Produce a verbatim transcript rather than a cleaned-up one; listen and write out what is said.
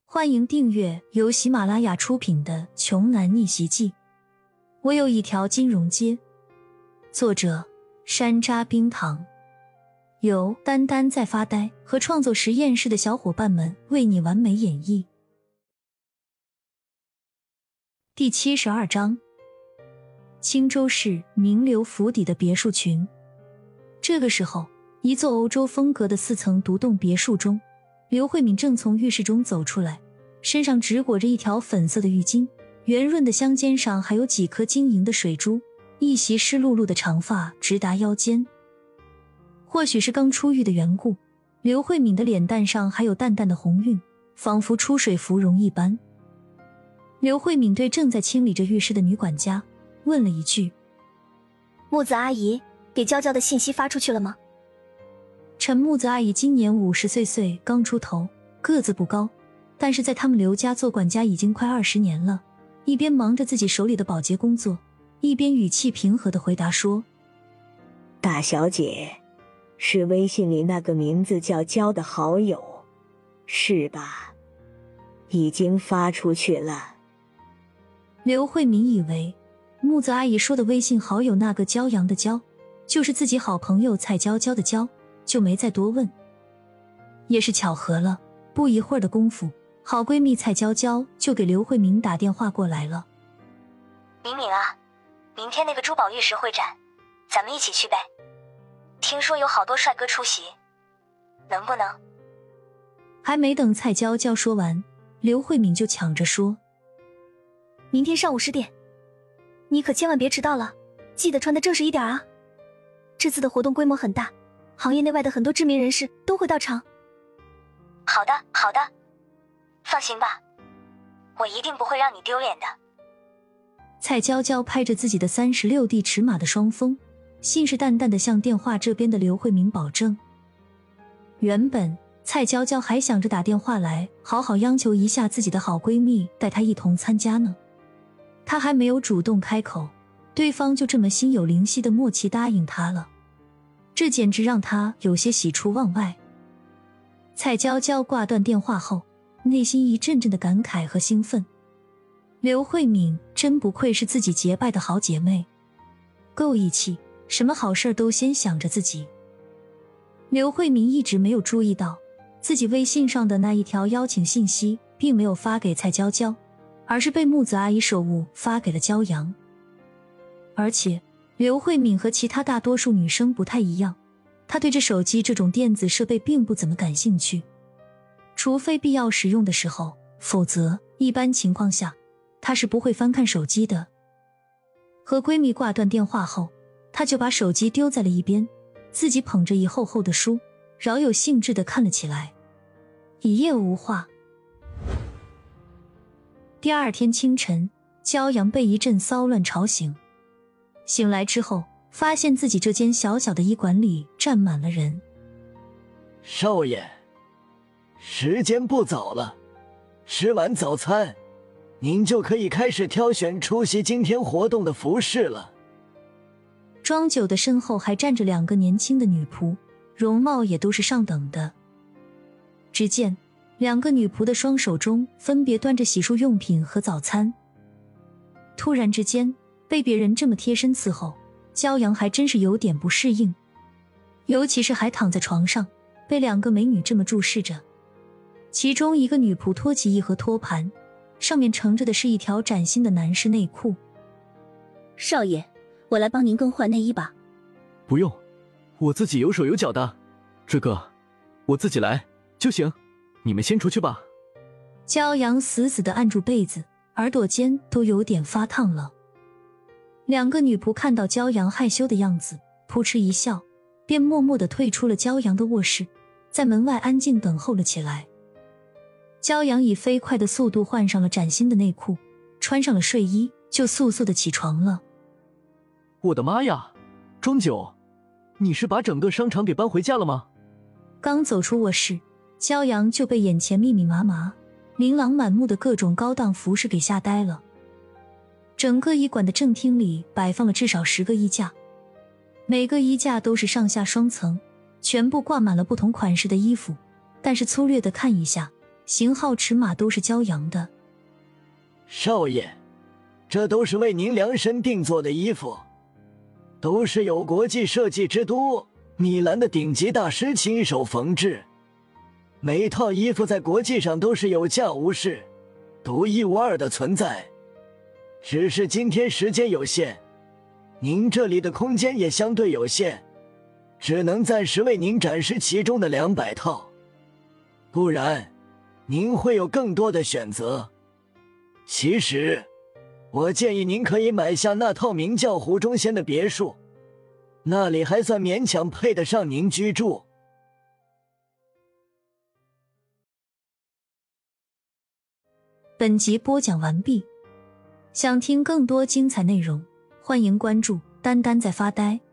欢迎订阅由喜马拉雅出品的《穷男逆袭记》。我有一条金融街。作者山楂冰糖，由丹丹在发呆和创作实验室的小伙伴们为你完美演绎。第七十二章，青州市名流府邸的别墅群。这个时候，一座欧洲风格的四层独栋别墅中，刘慧敏正从浴室中走出来，身上只裹着一条粉色的浴巾，圆润的香肩上还有几颗晶莹的水珠，一袭湿漉漉的长发直达腰间。或许是刚出浴的缘故，刘慧敏的脸蛋上还有淡淡的红晕，仿佛出水芙蓉一般。刘慧敏对正在清理着浴室的女管家问了一句： 木子阿姨，给娇娇的信息发出去了吗？ 陈木子阿姨今年五十岁岁，刚出头，个子不高，但是在他们刘家做管家已经快二十年了，一边忙着自己手里的保洁工作，一边语气平和地回答说： 大小姐，是微信里那个名字叫娇的好友，是吧？已经发出去了。 刘慧敏以为木子阿姨说的微信好友那个骄阳的骄，就是自己好朋友蔡娇娇的娇，就没再多问。也是巧合了，不一会儿的功夫，好闺蜜蔡娇娇就给刘慧敏打电话过来了。 敏敏啊，明天那个珠宝玉石会展，咱们一起去呗。听说有好多帅哥出席，能不能？ 还没等蔡娇娇说完，刘慧敏就抢着说： 明天上午十点，你可千万别迟到了，记得穿得正式一点啊。这次的活动规模很大，行业内外的很多知名人士都会到场。好的，好的，放心吧，我一定不会让你丢脸的。 蔡娇娇拍着自己的三十六 D 尺码的双峰，信誓旦旦地向电话这边的刘慧敏保证。原本蔡娇娇还想着打电话来好好央求一下自己的好闺蜜带她一同参加呢，她还没有主动开口，对方就这么心有灵犀的默契答应她了，这简直让她有些喜出望外。蔡娇娇挂断电话后，内心一阵阵的感慨和兴奋。刘慧敏真不愧是自己结拜的好姐妹，够义气，什么好事都先想着自己。刘慧敏一直没有注意到自己微信上的那一条邀请信息并没有发给蔡娇娇，而是被木子阿姨手误发给了骄阳。而且刘慧敏和其他大多数女生不太一样，她对这手机这种电子设备并不怎么感兴趣，除非必要使用的时候，否则一般情况下她是不会翻看手机的。和闺蜜挂断电话后，她就把手机丢在了一边，自己捧着一厚厚的书，饶有兴致地看了起来。一夜无话。第二天清晨，骄阳被一阵骚乱吵醒，醒来之后发现自己这间小小的医馆里站满了人。 少爷，时间不早了，吃完早餐您就可以开始挑选出席今天活动的服饰了。 庄九的身后还站着两个年轻的女仆，容貌也都是上等的。只见两个女仆的双手中分别端着洗漱用品和早餐。突然之间被别人这么贴身伺候，骄阳还真是有点不适应，尤其是还躺在床上被两个美女这么注视着。其中一个女仆托起一盒托盘，上面盛着的是一条崭新的男士内裤。 少爷，我来帮您更换内衣吧。 不用，我自己有手有脚的，这个我自己来就行，你们先出去吧。 骄阳死死地按住被子，耳朵尖都有点发烫了。两个女仆看到骄阳害羞的样子，扑哧一笑，便默默地退出了骄阳的卧室，在门外安静等候了起来。骄阳以飞快的速度换上了崭新的内裤，穿上了睡衣，就速速地起床了。 我的妈呀，庄九，你是把整个商场给搬回家了吗？ 刚走出卧室，骄阳就被眼前密密麻麻、琳琅满目的各种高档服饰给吓呆了。整个医馆的正厅里摆放了至少十个衣架，每个衣架都是上下双层，全部挂满了不同款式的衣服，但是粗略地看一下， 型号尺码都是骄阳的。 少爷，这都是为您量身定做的衣服，都是有国际设计之都米兰的顶级大师亲手缝制，每一套衣服在国际上都是有价无市、独一无二的存在。只是今天时间有限，您这里的空间也相对有限，只能暂时为您展示其中的两百套，不然您会有更多的选择。其实我建议您可以买下那套名叫湖中仙的别墅，那里还算勉强配得上您居住。 本集播讲完毕，想听更多精彩内容，欢迎关注丹丹在发呆。